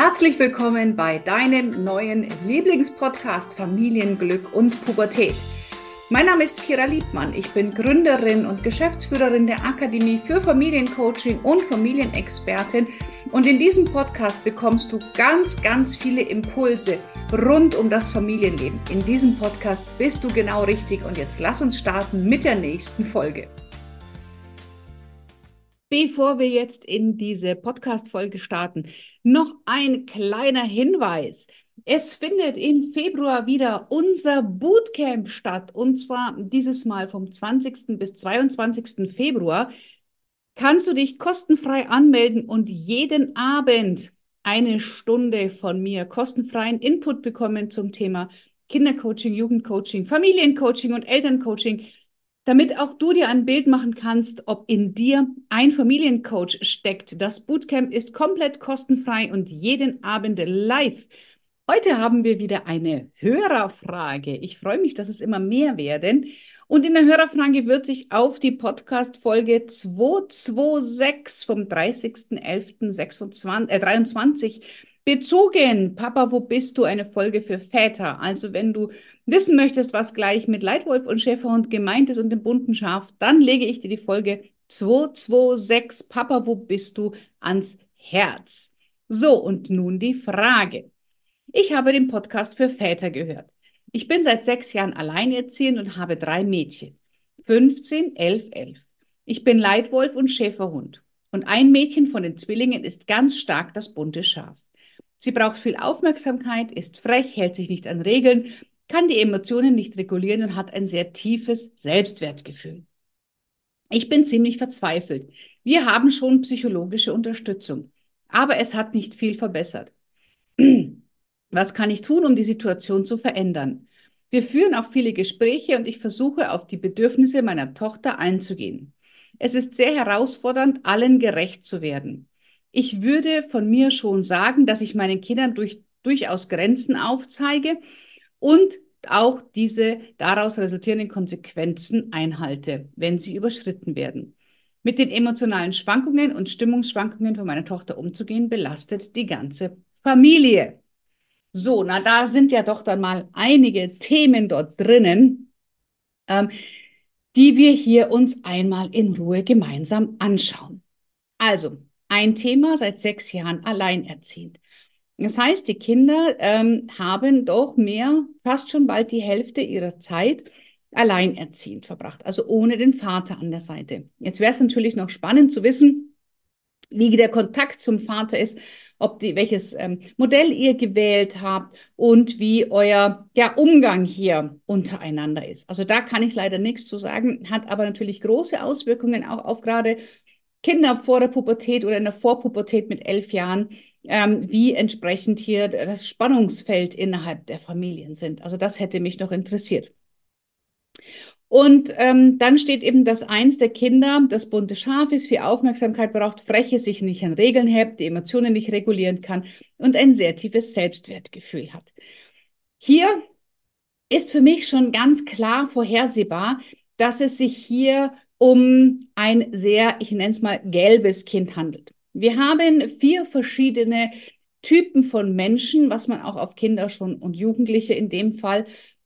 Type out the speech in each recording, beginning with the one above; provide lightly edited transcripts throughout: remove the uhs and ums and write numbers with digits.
Herzlich willkommen bei deinem neuen Lieblingspodcast Familienglück und Pubertät. Mein Name ist Kira Liebmann. Ich bin Gründerin und Geschäftsführerin der Akademie für Familiencoaching und Familienexpertin. Und in diesem Podcast bekommst du ganz viele Impulse rund um das Familienleben. In diesem Podcast bist du genau richtig. Und jetzt lass uns starten mit der nächsten Folge. Bevor wir jetzt in diese Podcast-Folge starten, noch ein kleiner Hinweis. Es findet im Februar wieder unser Bootcamp statt, und zwar dieses Mal vom 20. bis 22. Februar. Kannst du dich kostenfrei anmelden und jeden Abend eine Stunde von mir kostenfreien Input bekommen zum Thema Kindercoaching, Jugendcoaching, Familiencoaching und Elterncoaching, damit auch du dir ein Bild machen kannst, ob in dir ein Familiencoach steckt. Das Bootcamp ist komplett kostenfrei und jeden Abend live. Heute haben wir wieder eine Hörerfrage. Ich freue mich, dass es immer mehr werden. Und in der Hörerfrage wird sich auf die Podcast-Folge 226 vom 30.11.23 bezogen. Papa, wo bist du? Eine Folge für Väter. Also wenn du wissen möchtest, was gleich mit Leitwolf und Schäferhund gemeint ist und dem bunten Schaf, dann lege ich dir die Folge 226, Papa, wo bist du, ans Herz. So, und nun die Frage. Ich habe den Podcast für Väter gehört. Ich bin seit 6 Jahren alleinerziehend und habe 3 Mädchen. 15, 11, 11. Ich bin Leitwolf und Schäferhund. Und ein Mädchen von den Zwillingen ist ganz stark das bunte Schaf. Sie braucht viel Aufmerksamkeit, ist frech, hält sich nicht an Regeln, kann die Emotionen nicht regulieren und hat ein sehr tiefes Selbstwertgefühl. Ich bin ziemlich verzweifelt. Wir haben schon psychologische Unterstützung, aber es hat nicht viel verbessert. Was kann ich tun, um die Situation zu verändern? Wir führen auch viele Gespräche und ich versuche, auf die Bedürfnisse meiner Tochter einzugehen. Es ist sehr herausfordernd, allen gerecht zu werden. Ich würde von mir schon sagen, dass ich meinen Kindern durchaus Grenzen aufzeige und auch diese daraus resultierenden Konsequenzen einhalte, wenn sie überschritten werden. Mit den emotionalen Schwankungen und Stimmungsschwankungen von meiner Tochter umzugehen, belastet die ganze Familie. So, na, da sind ja doch dann mal einige Themen dort drinnen, die wir hier uns einmal in Ruhe gemeinsam anschauen. Also, ein Thema seit 6 Jahren alleinerziehend. Das heißt, die Kinder haben doch fast schon bald die Hälfte ihrer Zeit alleinerziehend verbracht, also ohne den Vater an der Seite. Jetzt wäre es natürlich noch spannend zu wissen, wie der Kontakt zum Vater ist, welches Modell ihr gewählt habt und wie euer Umgang hier untereinander ist. Also da kann ich leider nichts zu sagen, hat aber natürlich große Auswirkungen auch auf gerade Kinder vor der Pubertät oder in der Vorpubertät mit 11 Jahren, wie entsprechend hier das Spannungsfeld innerhalb der Familien sind. Also das hätte mich noch interessiert. Und dann steht eben, dass eins der Kinder das bunte Schaf ist, viel Aufmerksamkeit braucht, frech ist, sich nicht an Regeln hält, die Emotionen nicht regulieren kann und ein sehr tiefes Selbstwertgefühl hat. Hier ist für mich schon ganz klar vorhersehbar, dass es sich hier um ein sehr, ich nenne es mal, gelbes Kind handelt. Wir haben 4 verschiedene Typen von Menschen, was man auch auf Kinder schon und Jugendliche in dem Fall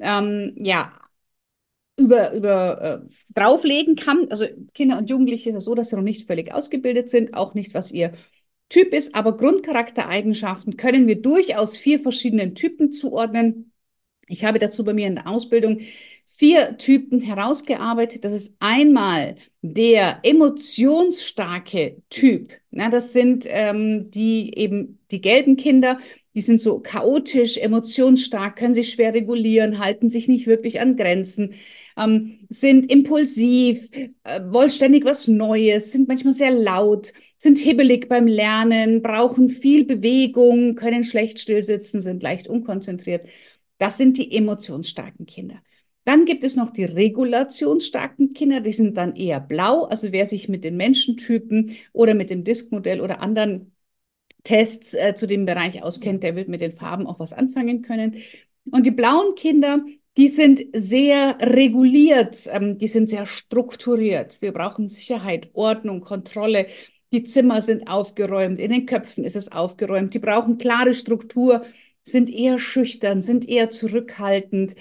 drauflegen kann. Also Kinder und Jugendliche ist es so, dass sie noch nicht völlig ausgebildet sind, auch nicht, was ihr Typ ist, aber Grundcharaktereigenschaften können wir durchaus 4 verschiedenen Typen zuordnen. Ich habe dazu bei mir in der Ausbildung 4 Typen herausgearbeitet. Das ist einmal der emotionsstarke Typ. Na, das sind die gelben Kinder, die sind so chaotisch, emotionsstark, können sich schwer regulieren, halten sich nicht wirklich an Grenzen, sind impulsiv, wollen ständig was Neues, sind manchmal sehr laut, sind hibbelig beim Lernen, brauchen viel Bewegung, können schlecht stillsitzen, sind leicht unkonzentriert. Das sind die emotionsstarken Kinder. Dann gibt es noch die regulationsstarken Kinder, die sind dann eher blau. Also wer sich mit den Menschentypen oder mit dem Disk-Modell oder anderen Tests zu dem Bereich auskennt, der wird mit den Farben auch was anfangen können. Und die blauen Kinder, die sind sehr reguliert, die sind sehr strukturiert. Wir brauchen Sicherheit, Ordnung, Kontrolle. Die Zimmer sind aufgeräumt, in den Köpfen ist es aufgeräumt. Die brauchen klare Struktur, sind eher schüchtern, sind eher zurückhaltend.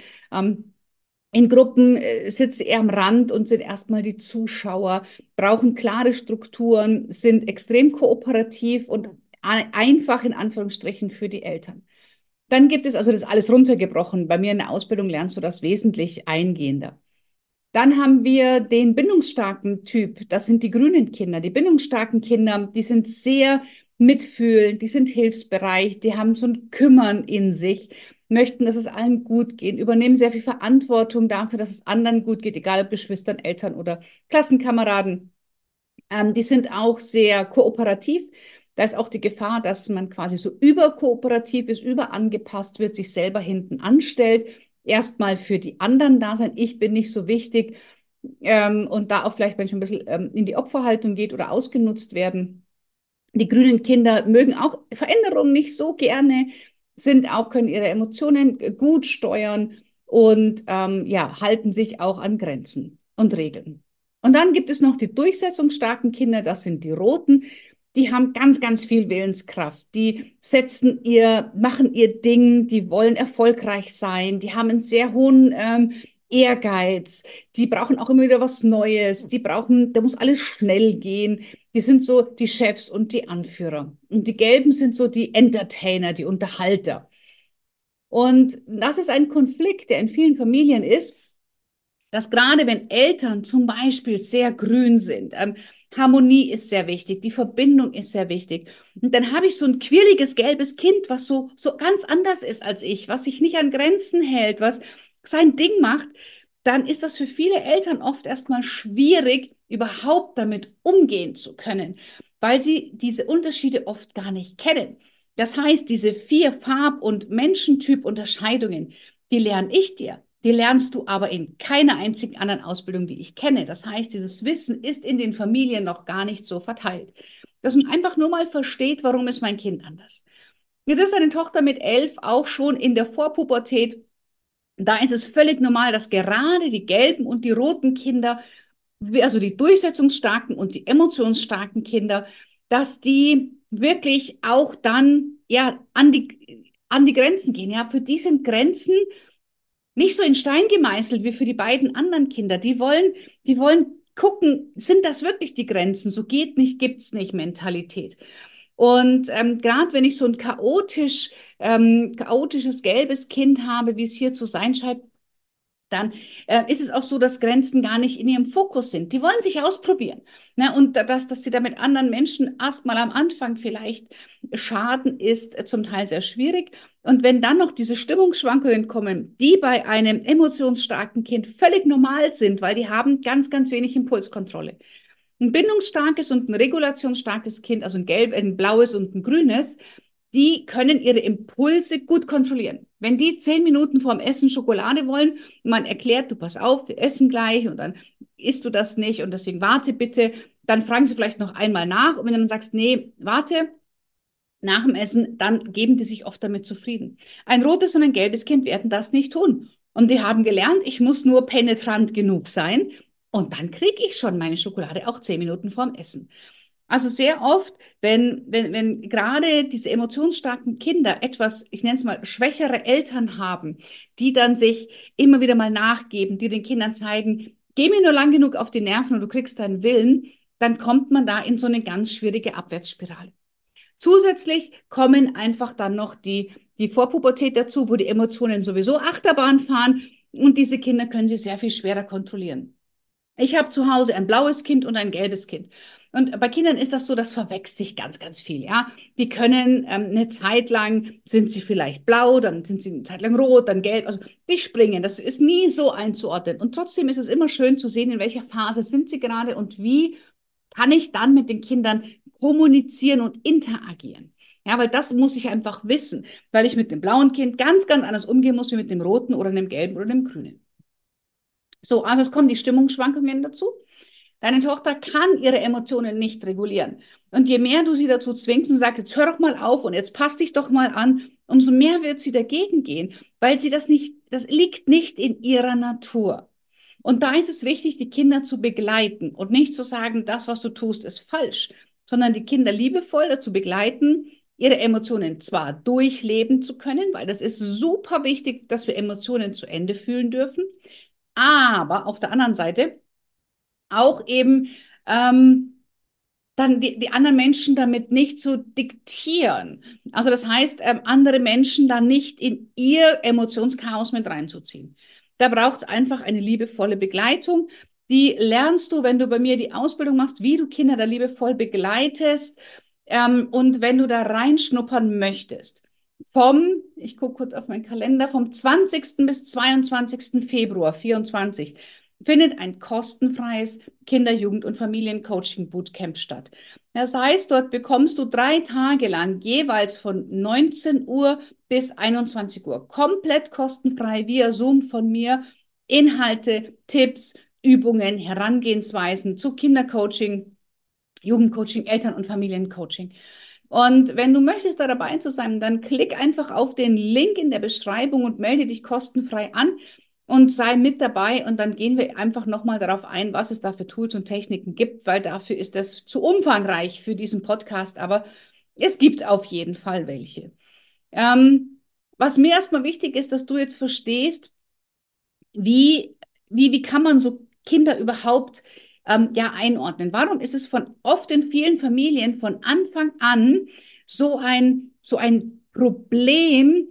In Gruppen sitzen eher am Rand und sind erstmal die Zuschauer, brauchen klare Strukturen, sind extrem kooperativ und einfach in Anführungsstrichen für die Eltern. Dann gibt es also das alles runtergebrochen. Bei mir in der Ausbildung lernst du das wesentlich eingehender. Dann haben wir den bindungsstarken Typ. Das sind die grünen Kinder. Die bindungsstarken Kinder, die sind sehr mitfühlend, die sind hilfsbereit, die haben so ein Kümmern in sich, möchten, dass es allen gut geht, übernehmen sehr viel Verantwortung dafür, dass es anderen gut geht, egal ob Geschwistern, Eltern oder Klassenkameraden. Die sind auch sehr kooperativ. Da ist auch die Gefahr, dass man quasi so überkooperativ ist, überangepasst wird, sich selber hinten anstellt, erstmal für die anderen da sein. Ich bin nicht so wichtig und da auch vielleicht manchmal ein bisschen in die Opferhaltung geht oder ausgenutzt werden. Die grünen Kinder mögen auch Veränderungen nicht so gerne, sind auch, können ihre Emotionen gut steuern und ja, halten sich auch an Grenzen und Regeln. Und dann gibt es noch die durchsetzungsstarken Kinder, das sind die Roten. Die haben ganz, ganz viel Willenskraft. Die machen ihr Ding, die wollen erfolgreich sein, die haben einen sehr hohen Ehrgeiz, die brauchen auch immer wieder was Neues, da muss alles schnell gehen. Die sind so die Chefs und die Anführer. Und die Gelben sind so die Entertainer, die Unterhalter. Und das ist ein Konflikt, der in vielen Familien ist, dass gerade wenn Eltern zum Beispiel sehr grün sind, Harmonie ist sehr wichtig, die Verbindung ist sehr wichtig. Und dann habe ich so ein quirliges gelbes Kind, was so ganz anders ist als ich, was sich nicht an Grenzen hält, was sein Ding macht, dann ist das für viele Eltern oft erstmal schwierig, überhaupt damit umgehen zu können, weil sie diese Unterschiede oft gar nicht kennen. Das heißt, diese 4 Farb- und Menschentyp-Unterscheidungen, die lerne ich dir. Die lernst du aber in keiner einzigen anderen Ausbildung, die ich kenne. Das heißt, dieses Wissen ist in den Familien noch gar nicht so verteilt. Dass man einfach nur mal versteht, warum ist mein Kind anders. Jetzt ist deine Tochter mit 11 auch schon in der Vorpubertät. Da ist es völlig normal, dass gerade die gelben und die roten Kinder, also die durchsetzungsstarken und die emotionsstarken Kinder, dass die wirklich auch dann ja an die Grenzen gehen. Ja, für die sind Grenzen nicht so in Stein gemeißelt wie für die beiden anderen Kinder. Die wollen gucken, sind das wirklich die Grenzen? So geht nicht, gibt's nicht Mentalität. Und gerade wenn ich so ein chaotisches gelbes Kind habe, wie es hier zu sein scheint, dann ist es auch so, dass Grenzen gar nicht in ihrem Fokus sind. Die wollen sich ausprobieren. Ne? Und dass sie da mit anderen Menschen erstmal am Anfang vielleicht schaden, ist zum Teil sehr schwierig. Und wenn dann noch diese Stimmungsschwankungen kommen, die bei einem emotionsstarken Kind völlig normal sind, weil die haben ganz, ganz wenig Impulskontrolle. Ein bindungsstarkes und ein regulationsstarkes Kind, also ein blaues und ein grünes, die können ihre Impulse gut kontrollieren. Wenn die 10 Minuten vorm Essen Schokolade wollen und man erklärt, du pass auf, wir essen gleich und dann isst du das nicht und deswegen warte bitte, dann fragen sie vielleicht noch einmal nach und wenn du dann sagst, nee, warte, nach dem Essen, dann geben die sich oft damit zufrieden. Ein rotes und ein gelbes Kind werden das nicht tun. Und die haben gelernt, ich muss nur penetrant genug sein und dann kriege ich schon meine Schokolade auch 10 Minuten vorm Essen. Also sehr oft, wenn gerade diese emotionsstarken Kinder etwas, ich nenne es mal, schwächere Eltern haben, die dann sich immer wieder mal nachgeben, die den Kindern zeigen, geh mir nur lang genug auf die Nerven und du kriegst deinen Willen, dann kommt man da in so eine ganz schwierige Abwärtsspirale. Zusätzlich kommen einfach dann noch die Vorpubertät dazu, wo die Emotionen sowieso Achterbahn fahren und diese Kinder können sie sehr viel schwerer kontrollieren. Ich habe zu Hause ein blaues Kind und ein gelbes Kind. Und bei Kindern ist das so, das verwechselt sich ganz, ganz viel, ja. Die können eine Zeit lang sind sie vielleicht blau, dann sind sie eine Zeit lang rot, dann gelb. Also die springen. Das ist nie so einzuordnen. Und trotzdem ist es immer schön zu sehen, in welcher Phase sind sie gerade und wie kann ich dann mit den Kindern kommunizieren und interagieren. Ja, weil das muss ich einfach wissen, weil ich mit dem blauen Kind ganz, ganz anders umgehen muss wie mit dem roten oder dem gelben oder dem grünen. So, also es kommen die Stimmungsschwankungen dazu. Deine Tochter kann ihre Emotionen nicht regulieren. Und je mehr du sie dazu zwingst und sagst, jetzt hör doch mal auf und jetzt passt dich doch mal an, umso mehr wird sie dagegen gehen, weil sie das liegt nicht in ihrer Natur. Und da ist es wichtig, die Kinder zu begleiten und nicht zu sagen, das, was du tust, ist falsch, sondern die Kinder liebevoll dazu begleiten, ihre Emotionen zwar durchleben zu können, weil das ist super wichtig, dass wir Emotionen zu Ende fühlen dürfen, aber auf der anderen Seite auch eben dann die anderen Menschen damit nicht zu diktieren. Also das heißt, andere Menschen da nicht in ihr Emotionschaos mit reinzuziehen. Da braucht es einfach eine liebevolle Begleitung. Die lernst du, wenn du bei mir die Ausbildung machst, wie du Kinder da liebevoll begleitest. Und wenn du da reinschnuppern möchtest, ich gucke kurz auf meinen Kalender, vom 20. bis 22. Februar 24 findet ein kostenfreies Kinder-, Jugend- und Familiencoaching-Bootcamp statt. Das heißt, dort bekommst du 3 Tage lang jeweils von 19 Uhr bis 21 Uhr komplett kostenfrei via Zoom von mir Inhalte, Tipps, Übungen, Herangehensweisen zu Kindercoaching, Jugendcoaching, Eltern- und Familiencoaching. Und wenn du möchtest, da dabei zu sein, dann klick einfach auf den Link in der Beschreibung und melde dich kostenfrei an und sei mit dabei. Und dann gehen wir einfach nochmal darauf ein, was es da für Tools und Techniken gibt, weil dafür ist das zu umfangreich für diesen Podcast. Aber es gibt auf jeden Fall welche. Was mir erstmal wichtig ist, dass du jetzt verstehst, wie, wie kann man so Kinder überhaupt ja, einordnen? Warum ist es von oft in vielen Familien von Anfang an so ein Problem,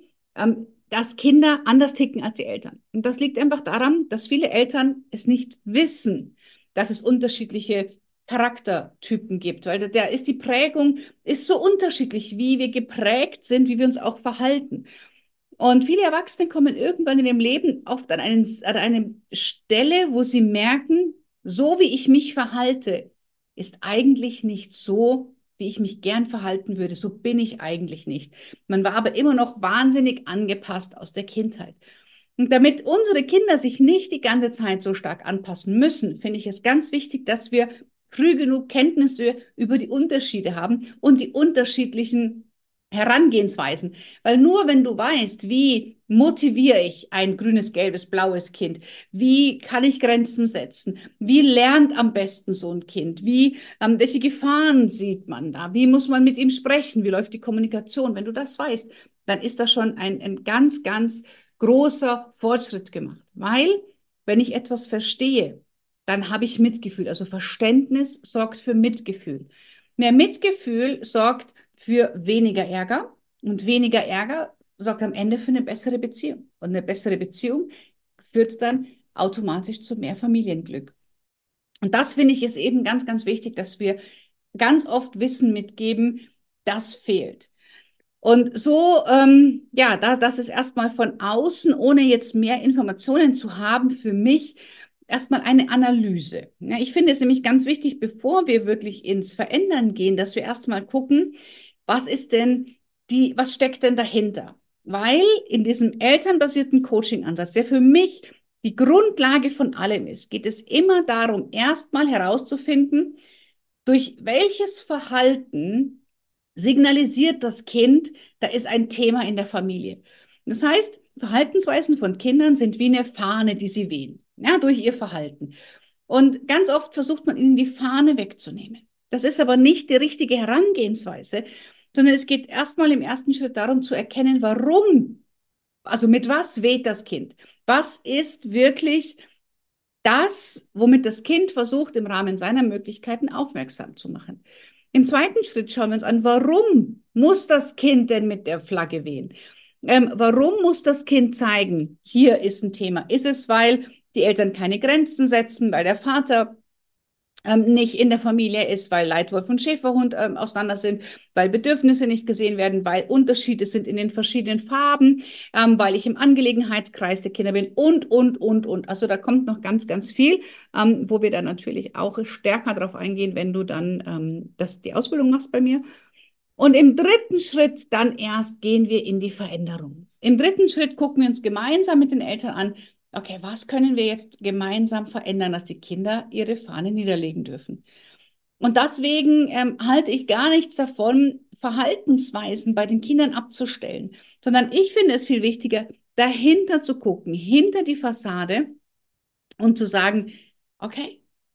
dass Kinder anders ticken als die Eltern? Und das liegt einfach daran, dass viele Eltern es nicht wissen, dass es unterschiedliche Charaktertypen gibt, weil da ist die Prägung ist so unterschiedlich, wie wir geprägt sind, wie wir uns auch verhalten. Und viele Erwachsene kommen irgendwann in dem Leben oft an eine Stelle, wo sie merken, so wie ich mich verhalte, ist eigentlich nicht so, wie ich mich gern verhalten würde. So bin ich eigentlich nicht. Man war aber immer noch wahnsinnig angepasst aus der Kindheit. Und damit unsere Kinder sich nicht die ganze Zeit so stark anpassen müssen, finde ich es ganz wichtig, dass wir früh genug Kenntnisse über die Unterschiede haben und die unterschiedlichen Herangehensweisen. Weil nur wenn du weißt, wie motiviere ich ein grünes, gelbes, blaues Kind, wie kann ich Grenzen setzen, wie lernt am besten so ein Kind, welche Gefahren sieht man da, wie muss man mit ihm sprechen, wie läuft die Kommunikation, wenn du das weißt, dann ist das schon ein ganz, ganz großer Fortschritt gemacht. Weil, wenn ich etwas verstehe, dann habe ich Mitgefühl. Also Verständnis sorgt für Mitgefühl. Mehr Mitgefühl sorgt für weniger Ärger und weniger Ärger sorgt am Ende für eine bessere Beziehung. Und eine bessere Beziehung führt dann automatisch zu mehr Familienglück. Und das finde ich ist eben ganz, ganz wichtig, dass wir ganz oft Wissen mitgeben, das fehlt. Und so, ja, das ist erstmal von außen, ohne jetzt mehr Informationen zu haben, für mich erstmal eine Analyse. Ja, ich finde es nämlich ganz wichtig, bevor wir wirklich ins Verändern gehen, dass wir erstmal gucken, was ist denn was steckt denn dahinter? Weil in diesem elternbasierten Coaching-Ansatz, der für mich die Grundlage von allem ist, geht es immer darum, erstmal herauszufinden, durch welches Verhalten signalisiert das Kind, da ist ein Thema in der Familie. Das heißt, Verhaltensweisen von Kindern sind wie eine Fahne, die sie wehen, ja, durch ihr Verhalten. Und ganz oft versucht man ihnen die Fahne wegzunehmen. Das ist aber nicht die richtige Herangehensweise, sondern es geht erstmal im ersten Schritt darum zu erkennen, warum, also mit was weht das Kind? Was ist wirklich das, womit das Kind versucht, im Rahmen seiner Möglichkeiten aufmerksam zu machen? Im zweiten Schritt schauen wir uns an, warum muss das Kind denn mit der Flagge wehen? Warum muss das Kind zeigen, hier ist ein Thema? Ist es, weil die Eltern keine Grenzen setzen, weil der Vater nicht in der Familie ist, weil Leitwolf und Schäferhund auseinander sind, weil Bedürfnisse nicht gesehen werden, weil Unterschiede sind in den verschiedenen Farben, weil ich im Angelegenheitskreis der Kinder bin und. Also da kommt noch ganz, ganz viel, wo wir dann natürlich auch stärker darauf eingehen, wenn du dann die Ausbildung machst bei mir. Und im dritten Schritt dann erst gehen wir in die Veränderung. Im dritten Schritt gucken wir uns gemeinsam mit den Eltern an, okay, was können wir jetzt gemeinsam verändern, dass die Kinder ihre Fahne niederlegen dürfen. Und deswegen halte ich gar nichts davon, Verhaltensweisen bei den Kindern abzustellen, sondern ich finde es viel wichtiger, dahinter zu gucken, hinter die Fassade und zu sagen, okay,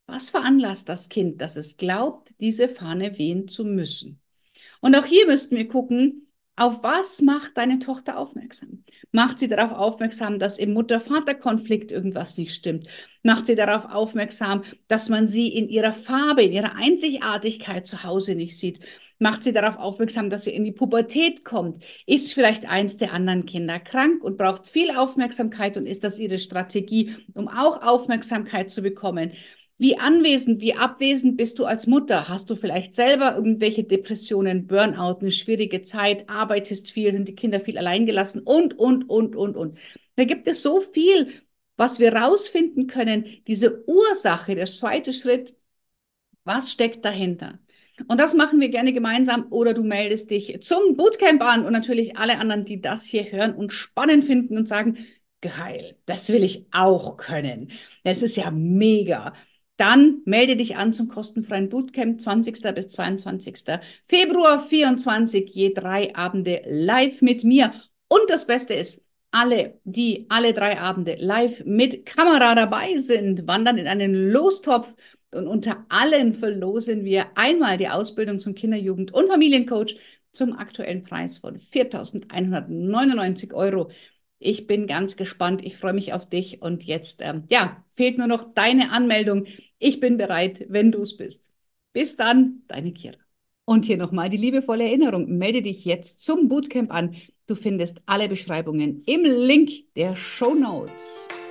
Was veranlasst das Kind, dass es glaubt, diese Fahne wehen zu müssen? Und auch hier müssten wir gucken, auf was macht deine Tochter aufmerksam? Macht sie darauf aufmerksam, dass im Mutter-Vater-Konflikt irgendwas nicht stimmt? Macht sie darauf aufmerksam, dass man sie in ihrer Farbe, in ihrer Einzigartigkeit zu Hause nicht sieht? Macht sie darauf aufmerksam, dass sie in die Pubertät kommt? Ist vielleicht eins der anderen Kinder krank und braucht viel Aufmerksamkeit und ist das ihre Strategie, um auch Aufmerksamkeit zu bekommen? Wie anwesend, wie abwesend bist du als Mutter? Hast du vielleicht selber irgendwelche Depressionen, Burnout, eine schwierige Zeit, arbeitest viel, sind die Kinder viel alleingelassen und. Da gibt es so viel, was wir rausfinden können. Diese Ursache, der zweite Schritt, was steckt dahinter? Und das machen wir gerne gemeinsam oder du meldest dich zum Bootcamp an und natürlich alle anderen, die das hier hören und spannend finden und sagen, geil, das will ich auch können. Das ist ja mega. Dann melde dich an zum kostenfreien Bootcamp 20. bis 22. Februar 24, je 3 Abende live mit mir. Und das Beste ist, alle, die alle 3 Abende live mit Kamera dabei sind, wandern in einen Lostopf und unter allen verlosen wir einmal die Ausbildung zum Kinder-, Jugend- und Familiencoach zum aktuellen Preis von 4.199 Euro. Ich bin ganz gespannt. Ich freue mich auf dich. Und jetzt, ja, fehlt nur noch deine Anmeldung. Ich bin bereit, wenn du es bist. Bis dann, deine Kira. Und hier nochmal die liebevolle Erinnerung. Melde dich jetzt zum Bootcamp an. Du findest alle Beschreibungen im Link der Show Notes.